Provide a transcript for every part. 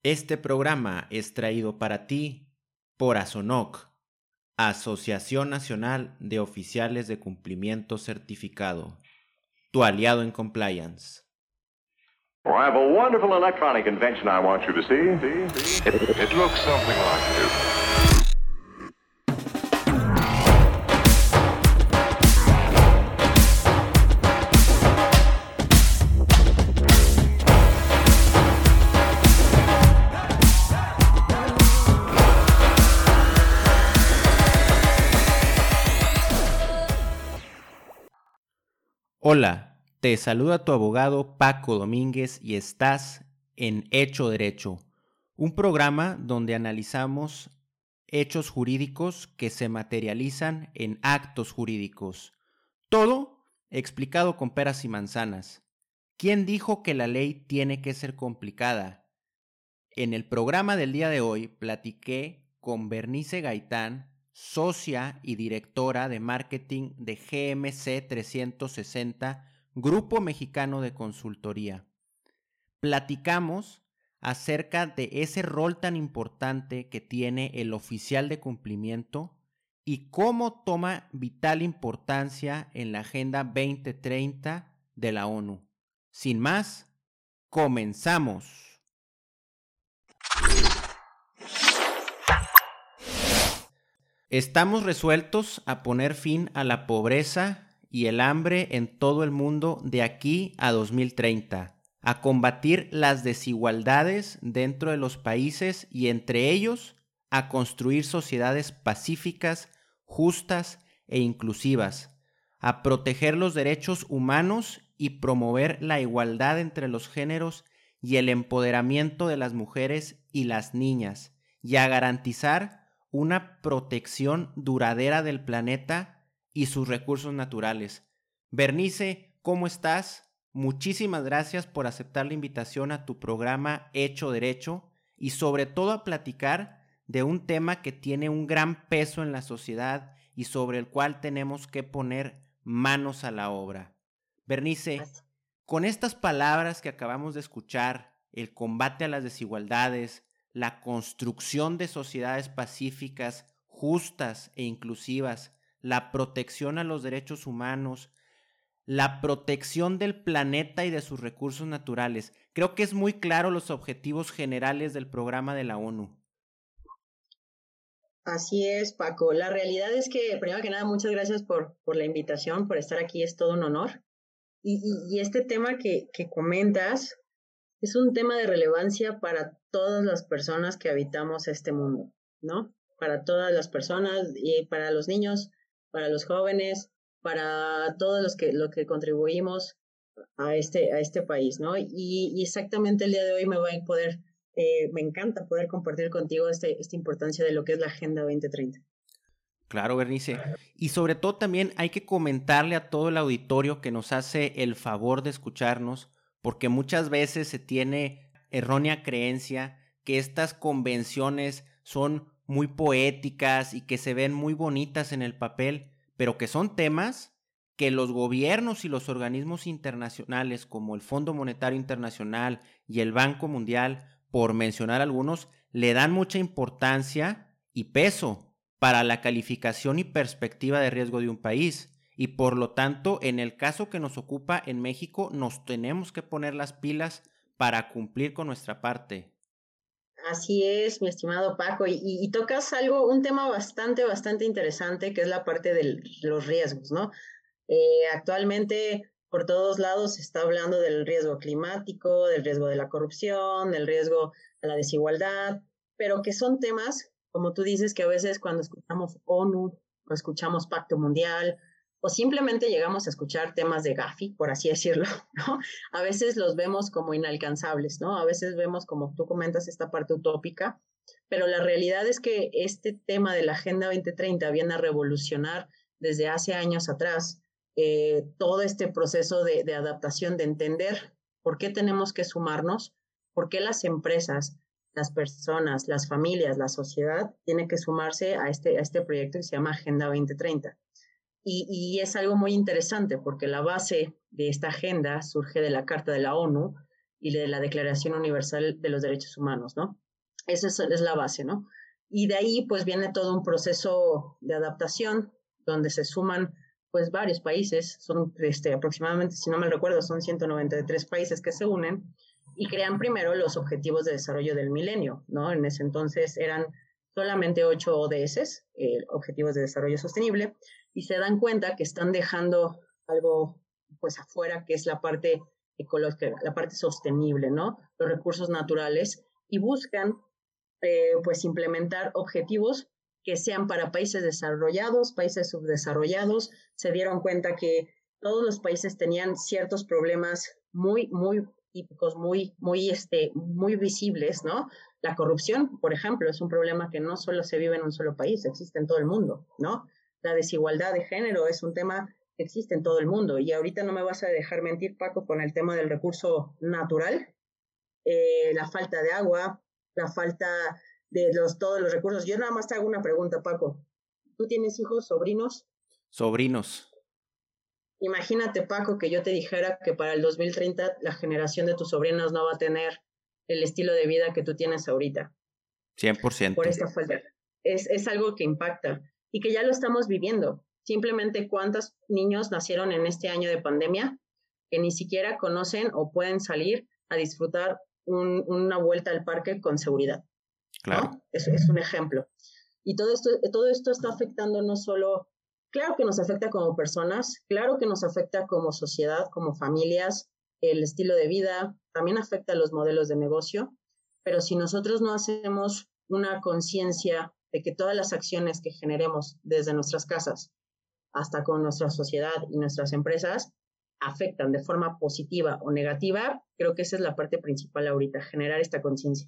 Este programa es traído para ti por ASONOC, Asociación Nacional de Oficiales de Cumplimiento Certificado, tu aliado en compliance. Oh, I have a wonderful electronic invention I want you to see. It looks something like this. Hola, te saluda tu abogado Paco Domínguez y estás en Hecho Derecho, un programa donde analizamos hechos jurídicos que se materializan en actos jurídicos. Todo explicado con peras y manzanas. ¿Quién dijo que la ley tiene que ser complicada? En el programa del día de hoy platiqué con Bernice Gaitán, socia y directora de marketing de GMC 360, Grupo Mexicano de Consultoría. Platicamos acerca de ese rol tan importante que tiene el oficial de cumplimiento y cómo toma vital importancia en la Agenda 2030 de la ONU. Sin más, comenzamos. Estamos resueltos a poner fin a la pobreza y el hambre en todo el mundo de aquí a 2030, a combatir las desigualdades dentro de los países y entre ellos a construir sociedades pacíficas, justas e inclusivas, a proteger los derechos humanos y promover la igualdad entre los géneros y el empoderamiento de las mujeres y las niñas, y a garantizar una protección duradera del planeta y sus recursos naturales. Bernice, ¿cómo estás? Muchísimas gracias por aceptar la invitación a tu programa Hecho Derecho y sobre todo a platicar de un tema que tiene un gran peso en la sociedad y sobre el cual tenemos que poner manos a la obra. Bernice, con estas palabras que acabamos de escuchar, el combate a las desigualdades, la construcción de sociedades pacíficas, justas e inclusivas, la protección a los derechos humanos, la protección del planeta y de sus recursos naturales. Creo que es muy claro los objetivos generales del programa de la ONU. Así es, Paco. La realidad es que, primero que nada, muchas gracias por la invitación, por estar aquí, es todo un honor. Y este tema que comentas es un tema de relevancia para todas las personas que habitamos este mundo, ¿no? Para todas las personas y para los niños, para los jóvenes, para todos los que contribuimos a este país, ¿no? Y exactamente el día de hoy me encanta poder compartir contigo esta importancia de lo que es la Agenda 2030. Claro, Bernice. Y sobre todo también hay que comentarle a todo el auditorio que nos hace el favor de escucharnos, porque muchas veces se tiene errónea creencia que estas convenciones son muy poéticas y que se ven muy bonitas en el papel, pero que son temas que los gobiernos y los organismos internacionales como el Fondo Monetario Internacional y el Banco Mundial, por mencionar algunos, le dan mucha importancia y peso para la calificación y perspectiva de riesgo de un país. Y por lo tanto, en el caso que nos ocupa en México, nos tenemos que poner las pilas para cumplir con nuestra parte. Así es, mi estimado Paco, y tocas un tema bastante interesante, que es la parte de los riesgos, ¿no? Actualmente, por todos lados se está hablando del riesgo climático, del riesgo de la corrupción, del riesgo a la desigualdad, pero que son temas, como tú dices, que a veces cuando escuchamos ONU o escuchamos Pacto Mundial o simplemente llegamos a escuchar temas de Gafi, por así decirlo, ¿no? A veces los vemos como inalcanzables, ¿no? A veces vemos, como tú comentas, esta parte utópica, pero la realidad es que este tema de la Agenda 2030 viene a revolucionar desde hace años atrás todo este proceso de adaptación, de entender por qué tenemos que sumarnos, por qué las empresas, las personas, las familias, la sociedad tienen que sumarse a este proyecto que se llama Agenda 2030. Y es algo muy interesante porque la base de esta agenda surge de la Carta de la ONU y de la Declaración Universal de los Derechos Humanos, ¿no? Esa es la base, ¿no? Y de ahí pues viene todo un proceso de adaptación donde se suman pues varios países, son aproximadamente, si no me recuerdo, son 193 países que se unen y crean primero los Objetivos de Desarrollo del Milenio, ¿no? En ese entonces eran solamente 8 ODS, Objetivos de Desarrollo Sostenible, y se dan cuenta que están dejando algo pues afuera, que es la parte ecológica, la parte sostenible, ¿no? Los recursos naturales, y buscan pues implementar objetivos que sean para países desarrollados, países subdesarrollados. Se dieron cuenta que todos los países tenían ciertos problemas muy típicos, muy visibles, ¿no? La corrupción, por ejemplo, es un problema que no solo se vive en un solo país, existe en todo el mundo, ¿no? La desigualdad de género es un tema que existe en todo el mundo. Y ahorita no me vas a dejar mentir, Paco, con el tema del recurso natural, la falta de agua, la falta de todos los recursos. Yo nada más te hago una pregunta, Paco. ¿Tú tienes hijos, sobrinos? Sobrinos. Imagínate, Paco, que yo te dijera que para el 2030 la generación de tus sobrinos no va a tener el estilo de vida que tú tienes ahorita. 100%. Por esta falta. Es algo que impacta y que ya lo estamos viviendo. Simplemente cuántos niños nacieron en este año de pandemia que ni siquiera conocen o pueden salir a disfrutar una vuelta al parque con seguridad. Claro. ¿No? Es un ejemplo. Y todo esto está afectando no solo, claro que nos afecta como personas, claro que nos afecta como sociedad, como familias, el estilo de vida, también afecta a los modelos de negocio, pero si nosotros no hacemos una conciencia de que todas las acciones que generemos desde nuestras casas hasta con nuestra sociedad y nuestras empresas afectan de forma positiva o negativa, creo que esa es la parte principal ahorita, generar esta conciencia.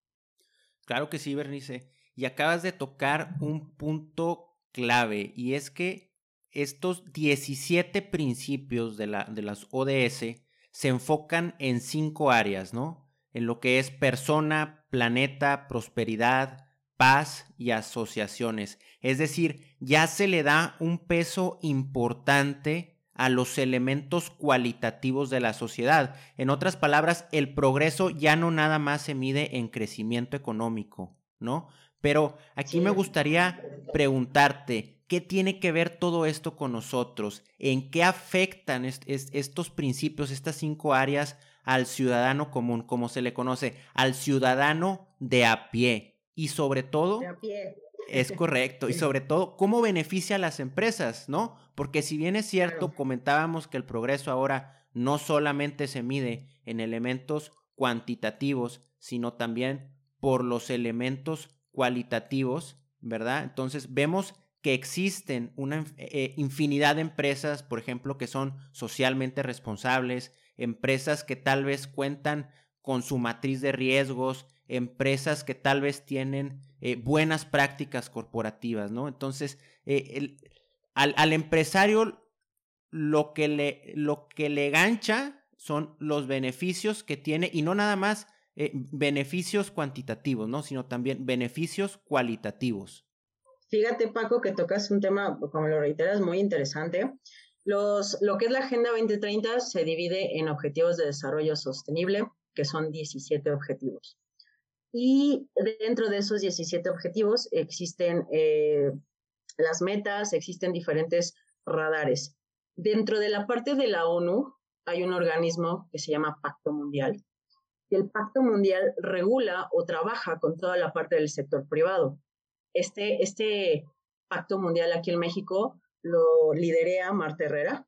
Claro que sí, Bernice. Y acabas de tocar un punto clave, y es que estos 17 principios de las ODS se enfocan en 5 áreas, ¿no? En lo que es persona, planeta, prosperidad, paz y asociaciones. Es decir, ya se le da un peso importante a los elementos cualitativos de la sociedad. En otras palabras, el progreso ya no nada más se mide en crecimiento económico, ¿no? Pero aquí me gustaría preguntarte, ¿qué tiene que ver todo esto con nosotros? ¿En qué afectan estos principios, estas 5 áreas al ciudadano común, como se le conoce, al ciudadano de a pie? Y sobre todo, de a pie. Es correcto, y sobre todo, ¿cómo beneficia a las empresas, no? Porque si bien es cierto, Claro. comentábamos que el progreso ahora no solamente se mide en elementos cuantitativos, sino también por los elementos cualitativos, ¿verdad? Entonces vemos que existen una infinidad de empresas, por ejemplo, que son socialmente responsables, empresas que tal vez cuentan con su matriz de riesgos, empresas que tal vez tienen buenas prácticas corporativas, ¿no? Entonces, al empresario lo que le gancha son los beneficios que tiene, y no nada más beneficios cuantitativos, ¿no? Sino también beneficios cualitativos. Fíjate, Paco, que tocas un tema, como lo reiteras, muy interesante. Lo que es la Agenda 2030 se divide en objetivos de desarrollo sostenible, que son 17 objetivos. Y dentro de esos 17 objetivos existen las metas, existen diferentes radares. Dentro de la parte de la ONU hay un organismo que se llama Pacto Mundial. Y el Pacto Mundial regula o trabaja con toda la parte del sector privado. Este Pacto Mundial aquí en México lo liderea Marta Herrera,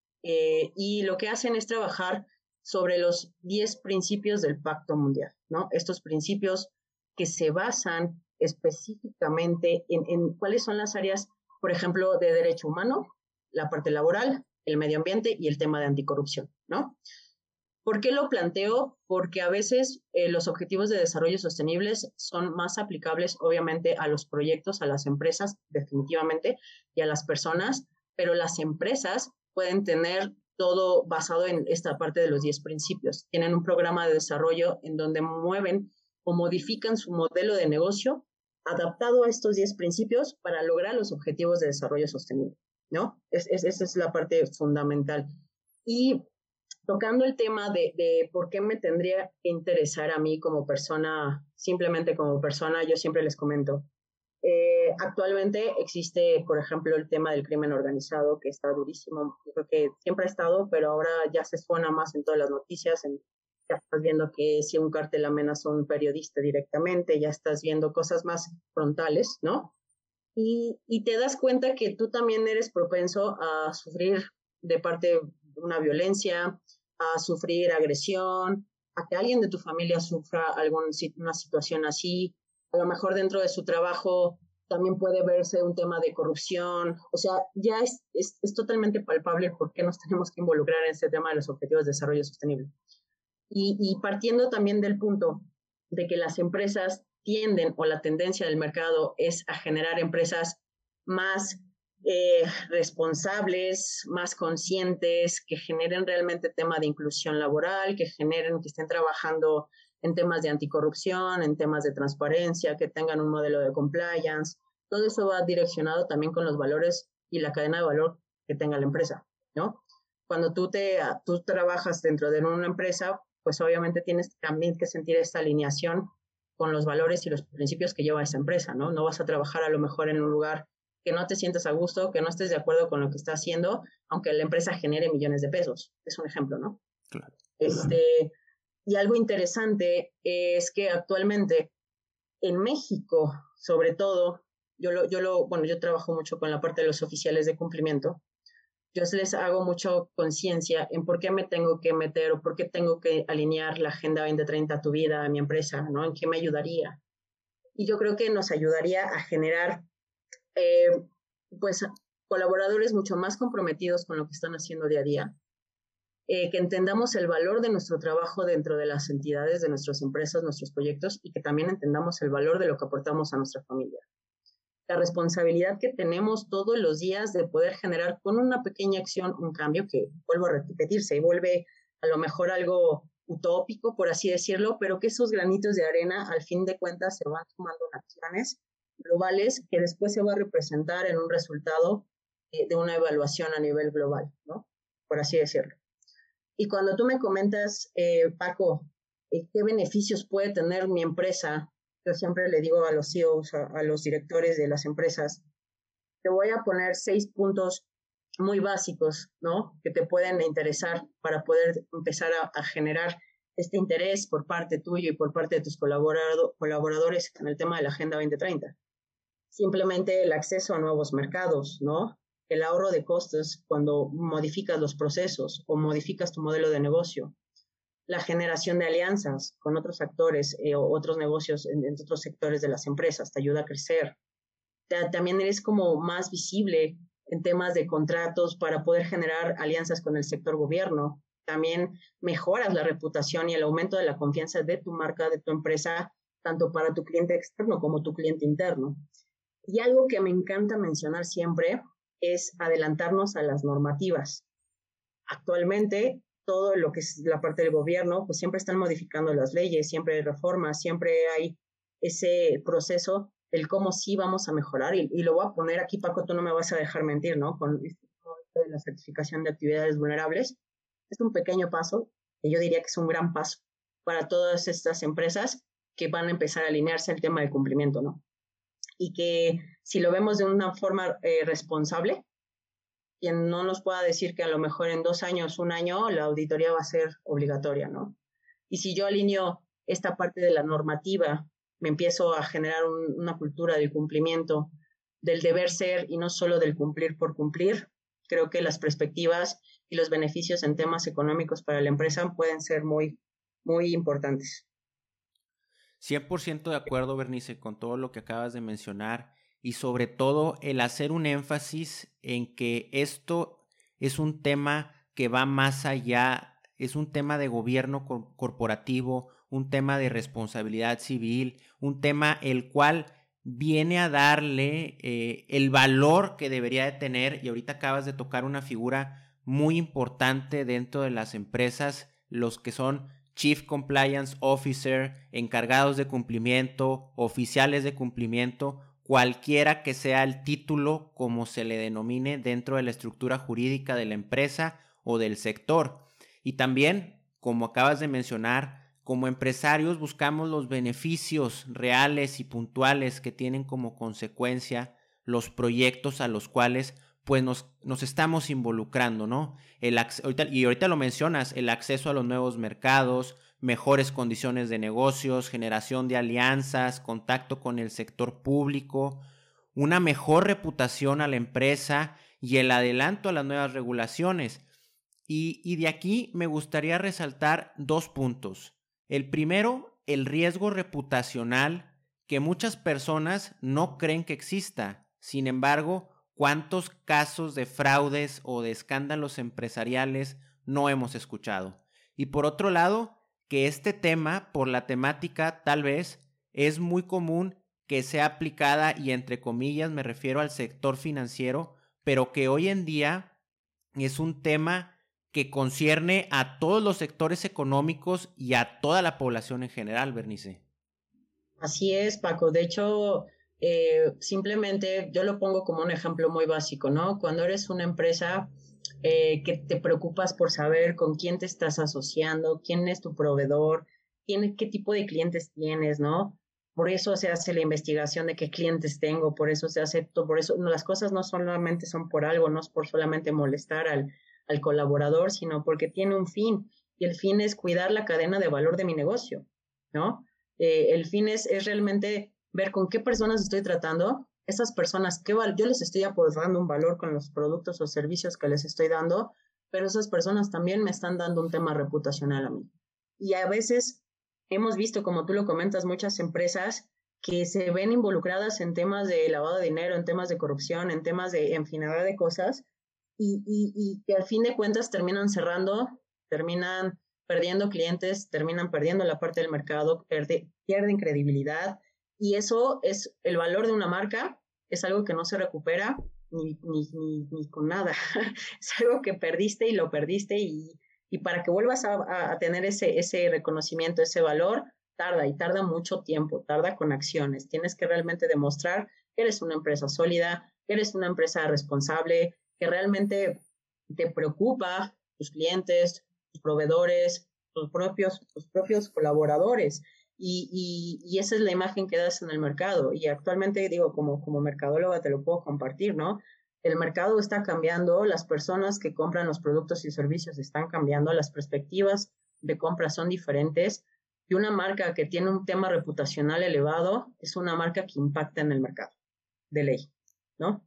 y lo que hacen es trabajar sobre los 10 principios del Pacto Mundial, ¿no? Estos principios que se basan específicamente en cuáles son las áreas, por ejemplo, de derecho humano, la parte laboral, el medio ambiente y el tema de anticorrupción, ¿no? ¿Por qué lo planteo? Porque a veces los objetivos de desarrollo sostenibles son más aplicables, obviamente, a los proyectos, a las empresas, definitivamente, y a las personas, pero las empresas pueden tener todo basado en esta parte de los 10 principios. Tienen un programa de desarrollo en donde mueven o modifican su modelo de negocio adaptado a estos 10 principios para lograr los objetivos de desarrollo sostenible, ¿no? Esa es la parte fundamental. Y tocando el tema de por qué me tendría que interesar a mí como persona, simplemente como persona, yo siempre les comento. Actualmente existe, por ejemplo, el tema del crimen organizado, que está durísimo. Yo creo que siempre ha estado, pero ahora ya se suena más en todas las noticias. Ya estás viendo que si un cártel amenaza a un periodista directamente, ya estás viendo cosas más frontales, ¿no? Y te das cuenta que tú también eres propenso a sufrir de parte de una violencia, a sufrir agresión, a que alguien de tu familia sufra una situación así. A lo mejor dentro de su trabajo también puede verse un tema de corrupción. O sea, ya es totalmente palpable por qué nos tenemos que involucrar en este tema de los objetivos de desarrollo sostenible. Y partiendo también del punto de que las empresas tienden, o la tendencia del mercado es a generar empresas más responsables, más conscientes, que generen realmente tema de inclusión laboral, que estén trabajando en temas de anticorrupción, en temas de transparencia, que tengan un modelo de compliance. Todo eso va direccionado también con los valores y la cadena de valor que tenga la empresa, ¿no? Cuando tú trabajas dentro de una empresa, pues obviamente tienes también que sentir esta alineación con los valores y los principios que lleva esa empresa, ¿no? No vas a trabajar a lo mejor en un lugar que no te sientas a gusto, que no estés de acuerdo con lo que está haciendo, aunque la empresa genere millones de pesos. Es un ejemplo, ¿no? Claro. Y algo interesante es que actualmente en México, sobre todo, yo trabajo mucho con la parte de los oficiales de cumplimiento. Yo les hago mucho conciencia en por qué me tengo que meter o por qué tengo que alinear la Agenda 2030 a tu vida, a mi empresa, ¿no? ¿En qué me ayudaría? Y yo creo que nos ayudaría a generar, pues, colaboradores mucho más comprometidos con lo que están haciendo día a día, que entendamos el valor de nuestro trabajo dentro de las entidades, de nuestras empresas, nuestros proyectos, y que también entendamos el valor de lo que aportamos a nuestra familia. La responsabilidad que tenemos todos los días de poder generar con una pequeña acción un cambio que, vuelvo a repetir, se vuelve a lo mejor algo utópico, por así decirlo, pero que esos granitos de arena, al fin de cuentas, se van tomando en acciones globales que después se va a representar en un resultado de una evaluación a nivel global, ¿no? Por así decirlo. Y cuando tú me comentas, Paco, qué beneficios puede tener mi empresa, yo siempre le digo a los CEOs, a los directores de las empresas, te voy a poner 6 puntos muy básicos, ¿no? Que te pueden interesar para poder empezar a generar este interés por parte tuyo y por parte de tus colaboradores en el tema de la Agenda 2030. Simplemente el acceso a nuevos mercados, ¿no? El ahorro de costes cuando modificas los procesos o modificas tu modelo de negocio. La generación de alianzas con otros actores o otros negocios en otros sectores de las empresas te ayuda a crecer. También eres como más visible en temas de contratos para poder generar alianzas con el sector gobierno. También mejoras la reputación y el aumento de la confianza de tu marca, de tu empresa, tanto para tu cliente externo como tu cliente interno. Y algo que me encanta mencionar siempre es adelantarnos a las normativas. Actualmente, todo lo que es la parte del gobierno, pues siempre están modificando las leyes, siempre hay reformas, siempre hay ese proceso del cómo sí vamos a mejorar. Y lo voy a poner aquí, Paco, tú no me vas a dejar mentir, ¿no? Con esto de la certificación de actividades vulnerables, es un pequeño paso, que yo diría que es un gran paso para todas estas empresas que van a empezar a alinearse al tema del cumplimiento, ¿no? Y que si lo vemos de una forma responsable, quien no nos pueda decir que a lo mejor en 2 años, 1 año, la auditoría va a ser obligatoria, ¿no? Y si yo alineo esta parte de la normativa, me empiezo a generar una cultura del cumplimiento, del deber ser y no solo del cumplir por cumplir, creo que las perspectivas y los beneficios en temas económicos para la empresa pueden ser muy, muy importantes. 100% de acuerdo, Bernice, con todo lo que acabas de mencionar y sobre todo el hacer un énfasis en que esto es un tema que va más allá, es un tema de gobierno corporativo, un tema de responsabilidad civil, un tema el cual viene a darle el valor que debería de tener, y ahorita acabas de tocar una figura muy importante dentro de las empresas, los que son Chief Compliance Officer, encargados de cumplimiento, oficiales de cumplimiento, cualquiera que sea el título como se le denomine dentro de la estructura jurídica de la empresa o del sector. Y también, como acabas de mencionar, como empresarios buscamos los beneficios reales y puntuales que tienen como consecuencia los proyectos a los cuales pues nos estamos involucrando, ¿no? Ahorita lo mencionas, el acceso a los nuevos mercados, mejores condiciones de negocios, generación de alianzas, contacto con el sector público, una mejor reputación a la empresa y el adelanto a las nuevas regulaciones. Y de aquí me gustaría resaltar 2 puntos. El primero, el riesgo reputacional que muchas personas no creen que exista. Sin embargo, ¿cuántos casos de fraudes o de escándalos empresariales no hemos escuchado? Y por otro lado, que este tema, por la temática tal vez, es muy común que sea aplicada, y entre comillas me refiero al sector financiero, pero que hoy en día es un tema que concierne a todos los sectores económicos y a toda la población en general, Bernice. Así es, Paco. De hecho, simplemente yo lo pongo como un ejemplo muy básico, ¿no? Cuando eres una empresa que te preocupas por saber con quién te estás asociando, quién es tu proveedor, qué tipo de clientes tienes, ¿no? Por eso se hace la investigación de qué clientes tengo, por eso se hace, por eso no, las cosas no solamente son por algo, no es por solamente molestar al colaborador, sino porque tiene un fin, y el fin es cuidar la cadena de valor de mi negocio, ¿no? El fin es realmente ver con qué personas estoy tratando, esas personas, yo les estoy aportando un valor con los productos o servicios que les estoy dando, pero esas personas también me están dando un tema reputacional a mí. Y a veces hemos visto, como tú lo comentas, muchas empresas que se ven involucradas en temas de lavado de dinero, en temas de corrupción, en temas de infinidad de cosas, y que al fin de cuentas terminan cerrando, terminan perdiendo clientes, terminan perdiendo la parte del mercado, pierden credibilidad, y eso es el valor de una marca, es algo que no se recupera ni con nada, es algo que perdiste y lo perdiste, y para que vuelvas a tener ese reconocimiento, ese valor, tarda mucho tiempo, tarda con acciones, tienes que realmente demostrar que eres una empresa sólida, que eres una empresa responsable, que realmente te preocupa tus clientes, tus proveedores, tus propios colaboradores. Y esa es la imagen que das en el mercado. Y actualmente, digo, como mercadóloga te lo puedo compartir, ¿no? El mercado está cambiando, las personas que compran los productos y servicios están cambiando, las perspectivas de compra son diferentes, y una marca que tiene un tema reputacional elevado es una marca que impacta en el mercado, de ley, ¿no?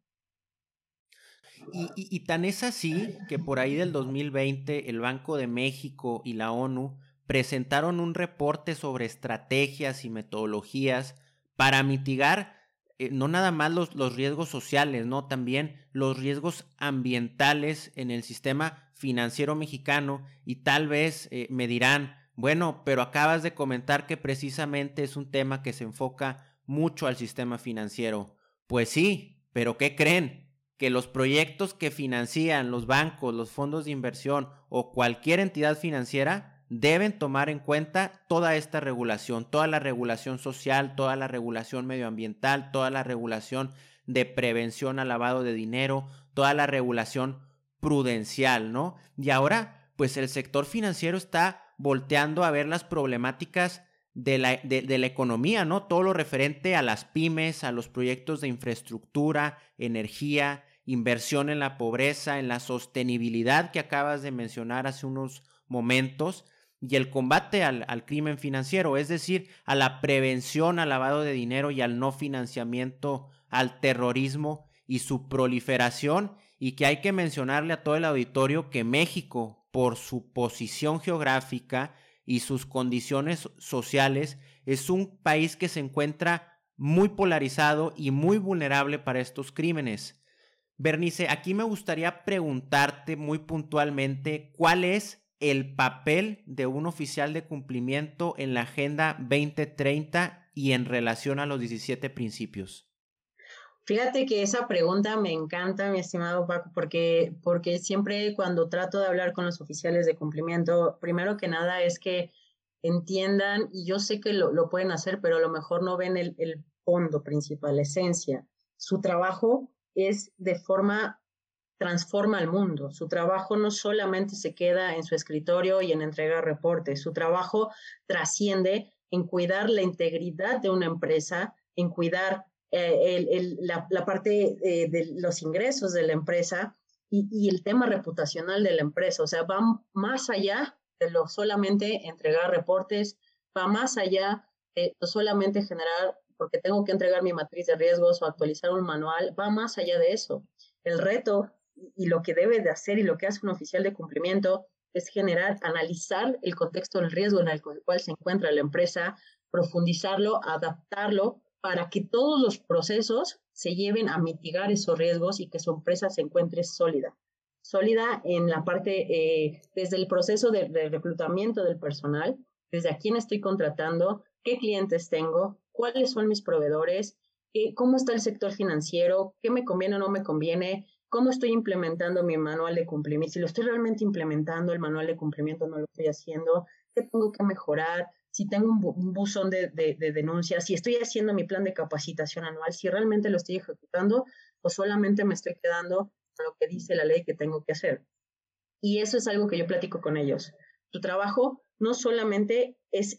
Y tan es así que por ahí del 2020 el Banco de México y la ONU presentaron un reporte sobre estrategias y metodologías para mitigar no nada más los riesgos sociales, ¿no? También los riesgos ambientales en el sistema financiero mexicano. Y tal vez me dirán, bueno, pero acabas de comentar que precisamente es un tema que se enfoca mucho al sistema financiero. Pues sí, pero ¿qué creen? Que los proyectos que financian los bancos, los fondos de inversión o cualquier entidad financiera deben tomar en cuenta toda esta regulación, toda la regulación social, toda la regulación medioambiental, toda la regulación de prevención al lavado de dinero, toda la regulación prudencial, ¿no? Y ahora, pues el sector financiero está volteando a ver las problemáticas de la economía, ¿no? Todo lo referente a las pymes, a los proyectos de infraestructura, energía, inversión en la pobreza, en la sostenibilidad que acabas de mencionar hace unos momentos, y el combate al crimen financiero, es decir, a la prevención al lavado de dinero y al no financiamiento al terrorismo y su proliferación, y que hay que mencionarle a todo el auditorio que México, por su posición geográfica y sus condiciones sociales, es un país que se encuentra muy polarizado y muy vulnerable para estos crímenes. Bernice, aquí me gustaría preguntarte muy puntualmente cuál es el papel de un oficial de cumplimiento en la Agenda 2030 y en relación a los 17 principios. Fíjate que esa pregunta me encanta, mi estimado Paco, porque siempre cuando trato de hablar con los oficiales de cumplimiento, primero que nada es que entiendan, y yo sé que lo pueden hacer, pero a lo mejor no ven el fondo principal, la esencia. Su trabajo es de forma transforma el mundo. Su trabajo no solamente se queda en su escritorio y en entregar reportes, su trabajo trasciende en cuidar la integridad de una empresa, en cuidar la parte de los ingresos de la empresa y el tema reputacional de la empresa. O sea, va más allá de lo solamente entregar reportes, va más allá de solamente generar, porque tengo que entregar mi matriz de riesgos o actualizar un manual, va más allá de eso. El reto y lo que debe de hacer y lo que hace un oficial de cumplimiento es generar, analizar el contexto del riesgo en el cual se encuentra la empresa, profundizarlo, adaptarlo para que todos los procesos se lleven a mitigar esos riesgos y que su empresa se encuentre sólida. Sólida en la parte, desde el proceso de reclutamiento del personal, desde a quién estoy contratando, qué clientes tengo, cuáles son mis proveedores, cómo está el sector financiero, qué me conviene o no me conviene, cómo estoy implementando mi manual de cumplimiento, si lo estoy realmente implementando, el manual de cumplimiento no lo estoy haciendo, qué tengo que mejorar, si tengo un buzón de denuncias, si estoy haciendo mi plan de capacitación anual, si realmente lo estoy ejecutando o solamente me estoy quedando con lo que dice la ley que tengo que hacer. Y eso es algo que yo platico con ellos. Tu trabajo no solamente es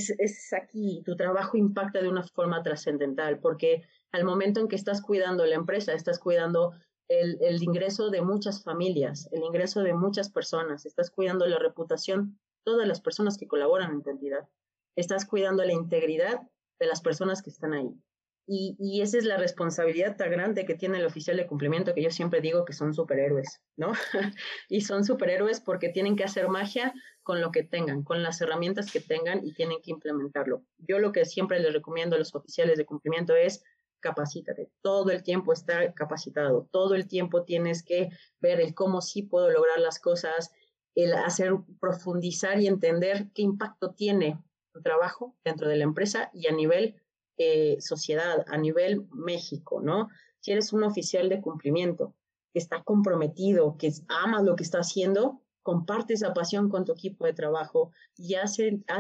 aquí, tu trabajo impacta de una forma trascendental, porque al momento en que estás cuidando la empresa, estás cuidando el ingreso de muchas familias, el ingreso de muchas personas, estás cuidando la reputación de todas las personas que colaboran en tu entidad, estás cuidando la integridad de las personas que están ahí. Y esa es la responsabilidad tan grande que tiene el oficial de cumplimiento, que yo siempre digo que son superhéroes, ¿no? Y son superhéroes porque tienen que hacer magia con lo que tengan, con las herramientas que tengan y tienen que implementarlo. Yo lo que siempre les recomiendo a los oficiales de cumplimiento es capacítate, todo el tiempo estar capacitado, todo el tiempo tienes que ver el cómo sí puedo lograr las cosas, el hacer profundizar y entender qué impacto tiene tu trabajo dentro de la empresa y a nivel sociedad, a nivel México, ¿no? Si eres un oficial de cumplimiento que está comprometido, que ama lo que está haciendo, comparte esa pasión con tu equipo de trabajo y haz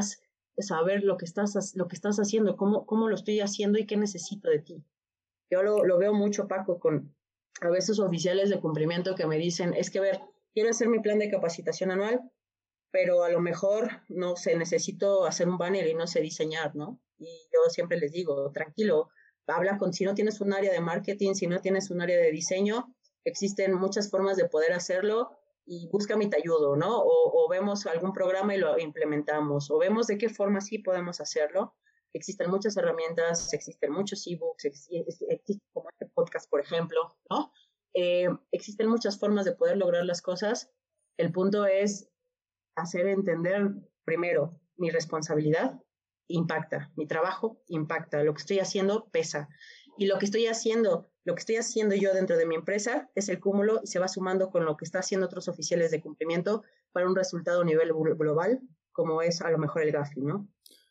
saber lo que estás haciendo, cómo lo estoy haciendo y qué necesito de ti. Yo lo veo mucho, Paco, con a veces oficiales de cumplimiento que me dicen, es que, a ver, quiero hacer mi plan de capacitación anual, pero a lo mejor, no sé, necesito hacer un banner y no sé diseñar, ¿no? Y yo siempre les digo, tranquilo, si no tienes un área de marketing, si no tienes un área de diseño, existen muchas formas de poder hacerlo y búscame y te ayudo, ¿no? O vemos algún programa y lo implementamos, o vemos de qué forma sí podemos hacerlo. Existen muchas herramientas, existen muchos ebooks, existe como este podcast, por ejemplo, ¿no? Existen muchas formas de poder lograr las cosas. El punto es hacer entender, primero, mi responsabilidad impacta, mi trabajo impacta, lo que estoy haciendo pesa. Y lo que estoy haciendo yo dentro de mi empresa es el cúmulo y se va sumando con lo que están haciendo otros oficiales de cumplimiento para un resultado a nivel global, como es a lo mejor el GAFI, ¿no?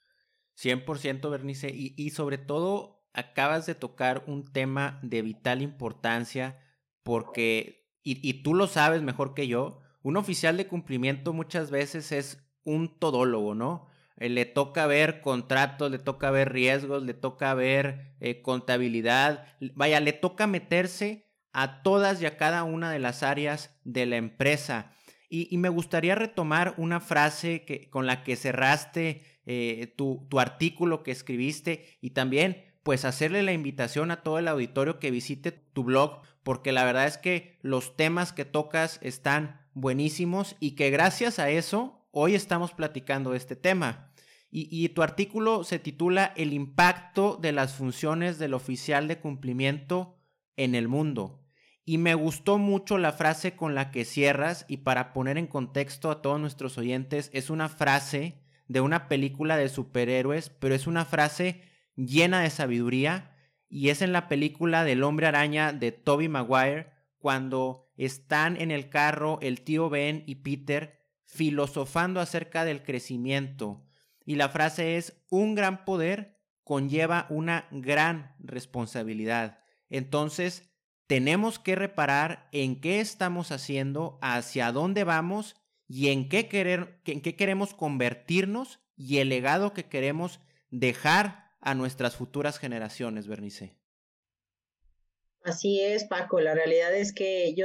100%, Bernice, y sobre todo acabas de tocar un tema de vital importancia porque, y tú lo sabes mejor que yo, un oficial de cumplimiento muchas veces es un todólogo, ¿no? Le toca ver contratos, le toca ver riesgos, le toca ver contabilidad, vaya, le toca meterse a todas y a cada una de las áreas de la empresa. Y me gustaría retomar una frase con la que cerraste tu artículo que escribiste y también pues hacerle la invitación a todo el auditorio que visite tu blog, porque la verdad es que los temas que tocas están buenísimos y que gracias a eso hoy estamos platicando de este tema. Y tu artículo se titula El impacto de las funciones del oficial de cumplimiento en el mundo. Y me gustó mucho la frase con la que cierras, y para poner en contexto a todos nuestros oyentes, es una frase de una película de superhéroes, pero es una frase llena de sabiduría, y es en la película del Hombre Araña de Tobey Maguire, cuando están en el carro el tío Ben y Peter filosofando acerca del crecimiento, y la frase es: un gran poder conlleva una gran responsabilidad. Entonces, tenemos que reparar en qué estamos haciendo, hacia dónde vamos y en qué queremos convertirnos y el legado que queremos dejar a nuestras futuras generaciones, Bernice. Así es, Paco. La realidad es que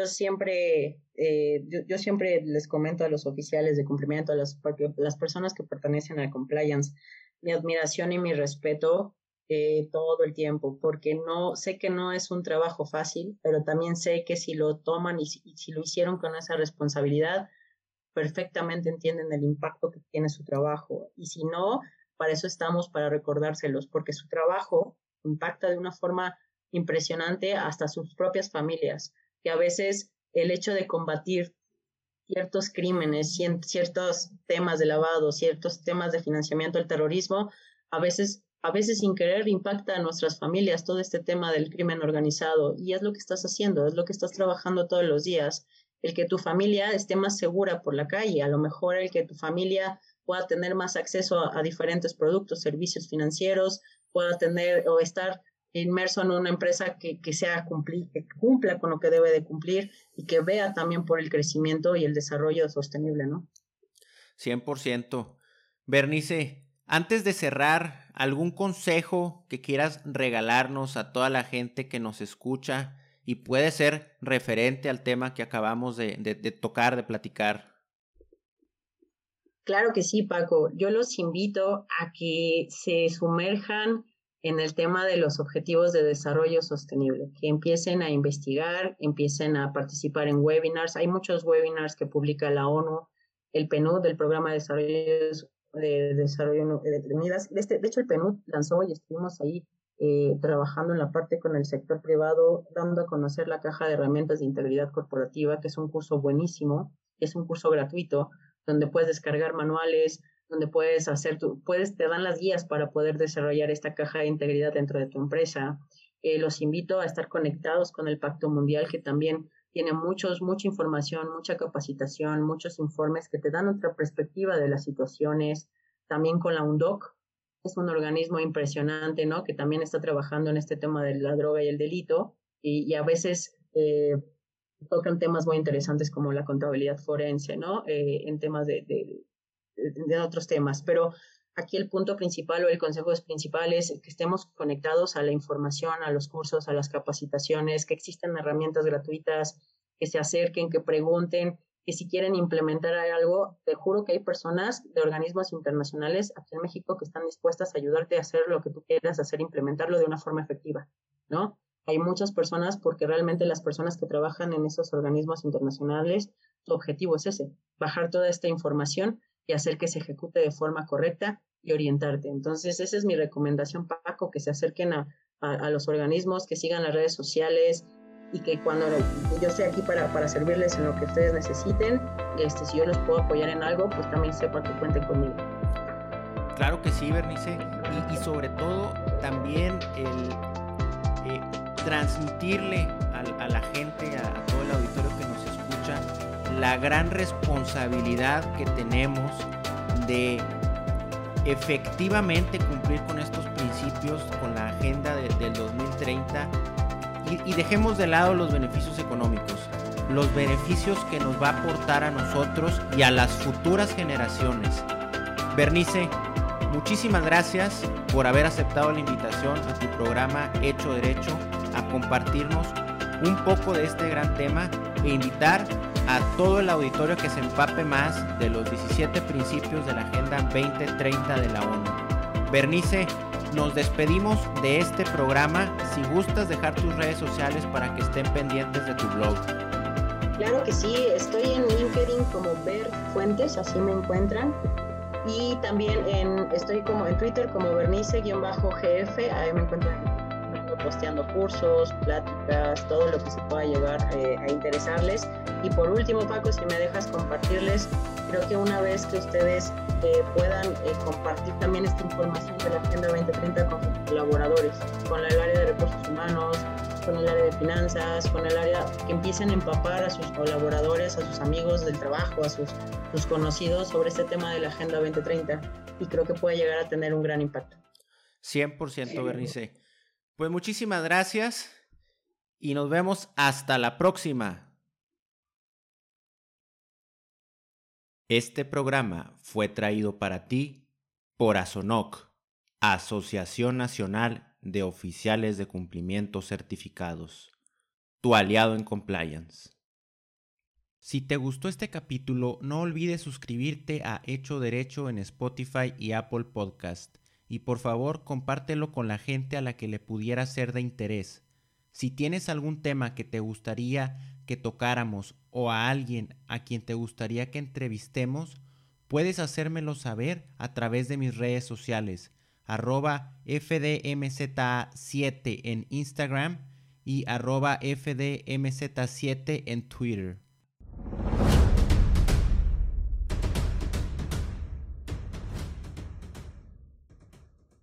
yo siempre les comento a los oficiales de cumplimiento, las personas que pertenecen al compliance, mi admiración y mi respeto todo el tiempo, porque no sé que no es un trabajo fácil, pero también sé que si lo toman y si lo hicieron con esa responsabilidad, perfectamente entienden el impacto que tiene su trabajo. Y si no, para eso estamos, para recordárselos, porque su trabajo impacta de una forma impresionante hasta sus propias familias, que a veces el hecho de combatir ciertos crímenes, ciertos temas de lavado, ciertos temas de financiamiento del terrorismo, a veces sin querer impacta a nuestras familias todo este tema del crimen organizado. Y es lo que estás haciendo, es lo que estás trabajando todos los días. El que tu familia esté más segura por la calle, a lo mejor el que tu familia pueda tener más acceso a diferentes productos, servicios financieros, pueda tener o estar inmerso en una empresa que cumpla con lo que debe de cumplir y que vea también por el crecimiento y el desarrollo sostenible, ¿no? 100%. Bernice, antes de cerrar, ¿algún consejo que quieras regalarnos a toda la gente que nos escucha y puede ser referente al tema que acabamos de tocar, de platicar? Claro que sí, Paco. Yo los invito a que se sumerjan en el tema de los objetivos de desarrollo sostenible, que empiecen a investigar, empiecen a participar en webinars. Hay muchos webinars que publica la ONU, el PNUD, el Programa de Desarrollo de Unidas. De hecho, el PNUD lanzó y estuvimos ahí trabajando en la parte con el sector privado, dando a conocer la caja de herramientas de integridad corporativa, que es un curso buenísimo, es un curso gratuito, donde puedes descargar manuales, donde te dan las guías para poder desarrollar esta caja de integridad dentro de tu empresa. Los invito a estar conectados con el Pacto Mundial, que también tiene mucha información, mucha capacitación, muchos informes que te dan otra perspectiva de las situaciones. También con la UNDOC, es un organismo impresionante, ¿no? Que también está trabajando en este tema de la droga y el delito, y a veces tocan temas muy interesantes como la contabilidad forense, ¿no? En temas de otros temas, pero aquí el punto principal o el consejo principal es que estemos conectados a la información, a los cursos, a las capacitaciones, que existen herramientas gratuitas, que se acerquen, que pregunten, que si quieren implementar algo, te juro que hay personas de organismos internacionales aquí en México que están dispuestas a ayudarte a hacer lo que tú quieras hacer, implementarlo de una forma efectiva, ¿no? Hay muchas personas porque realmente las personas que trabajan en esos organismos internacionales, su objetivo es ese, bajar toda esta información y hacer que se ejecute de forma correcta y orientarte. Entonces, esa es mi recomendación, Paco, que se acerquen a los organismos, que sigan las redes sociales y que cuando yo estoy aquí para servirles en lo que ustedes necesiten, si yo los puedo apoyar en algo, pues también sepan que cuenten conmigo. Claro que sí, Bernice, y sobre todo también el transmitirle a la gente, a todo el auditorio que nos escucha, la gran responsabilidad que tenemos de efectivamente cumplir con estos principios, con la agenda del 2030 y dejemos de lado los beneficios económicos, los beneficios que nos va a aportar a nosotros y a las futuras generaciones. Bernice, muchísimas gracias por haber aceptado la invitación a tu programa Hecho Derecho, a compartirnos un poco de este gran tema e invitar a todo el auditorio que se empape más de los 17 principios de la Agenda 2030 de la ONU. Bernice, nos despedimos de este programa. Si gustas dejar tus redes sociales para que estén pendientes de tu blog. Claro que sí, estoy en LinkedIn como Ber Fuentes, así me encuentran. Y también estoy como en Twitter como Bernice-GF, ahí me encuentran posteando cursos, pláticas, todo lo que se pueda llegar a interesarles. Y por último, Paco, si me dejas compartirles, creo que una vez que ustedes puedan compartir también esta información de la Agenda 2030 con sus colaboradores, con el área de recursos humanos, con el área de finanzas, con el área que empiecen a empapar a sus colaboradores, a sus amigos del trabajo, a sus conocidos sobre este tema de la Agenda 2030, y creo que puede llegar a tener un gran impacto. 100%, Bernice. Pues muchísimas gracias y nos vemos hasta la próxima. Este programa fue traído para ti por ASONOC, Asociación Nacional de Oficiales de Cumplimiento Certificados. tu aliado en compliance. Si te gustó este capítulo, no olvides suscribirte a Hecho Derecho en Spotify y Apple Podcast. Y por favor, compártelo con la gente a la que le pudiera ser de interés. Si tienes algún tema que te gustaría que tocáramos o a alguien a quien te gustaría que entrevistemos, puedes hacérmelo saber a través de mis redes sociales, @FDMZ7 en Instagram y @FDMZ7 en Twitter.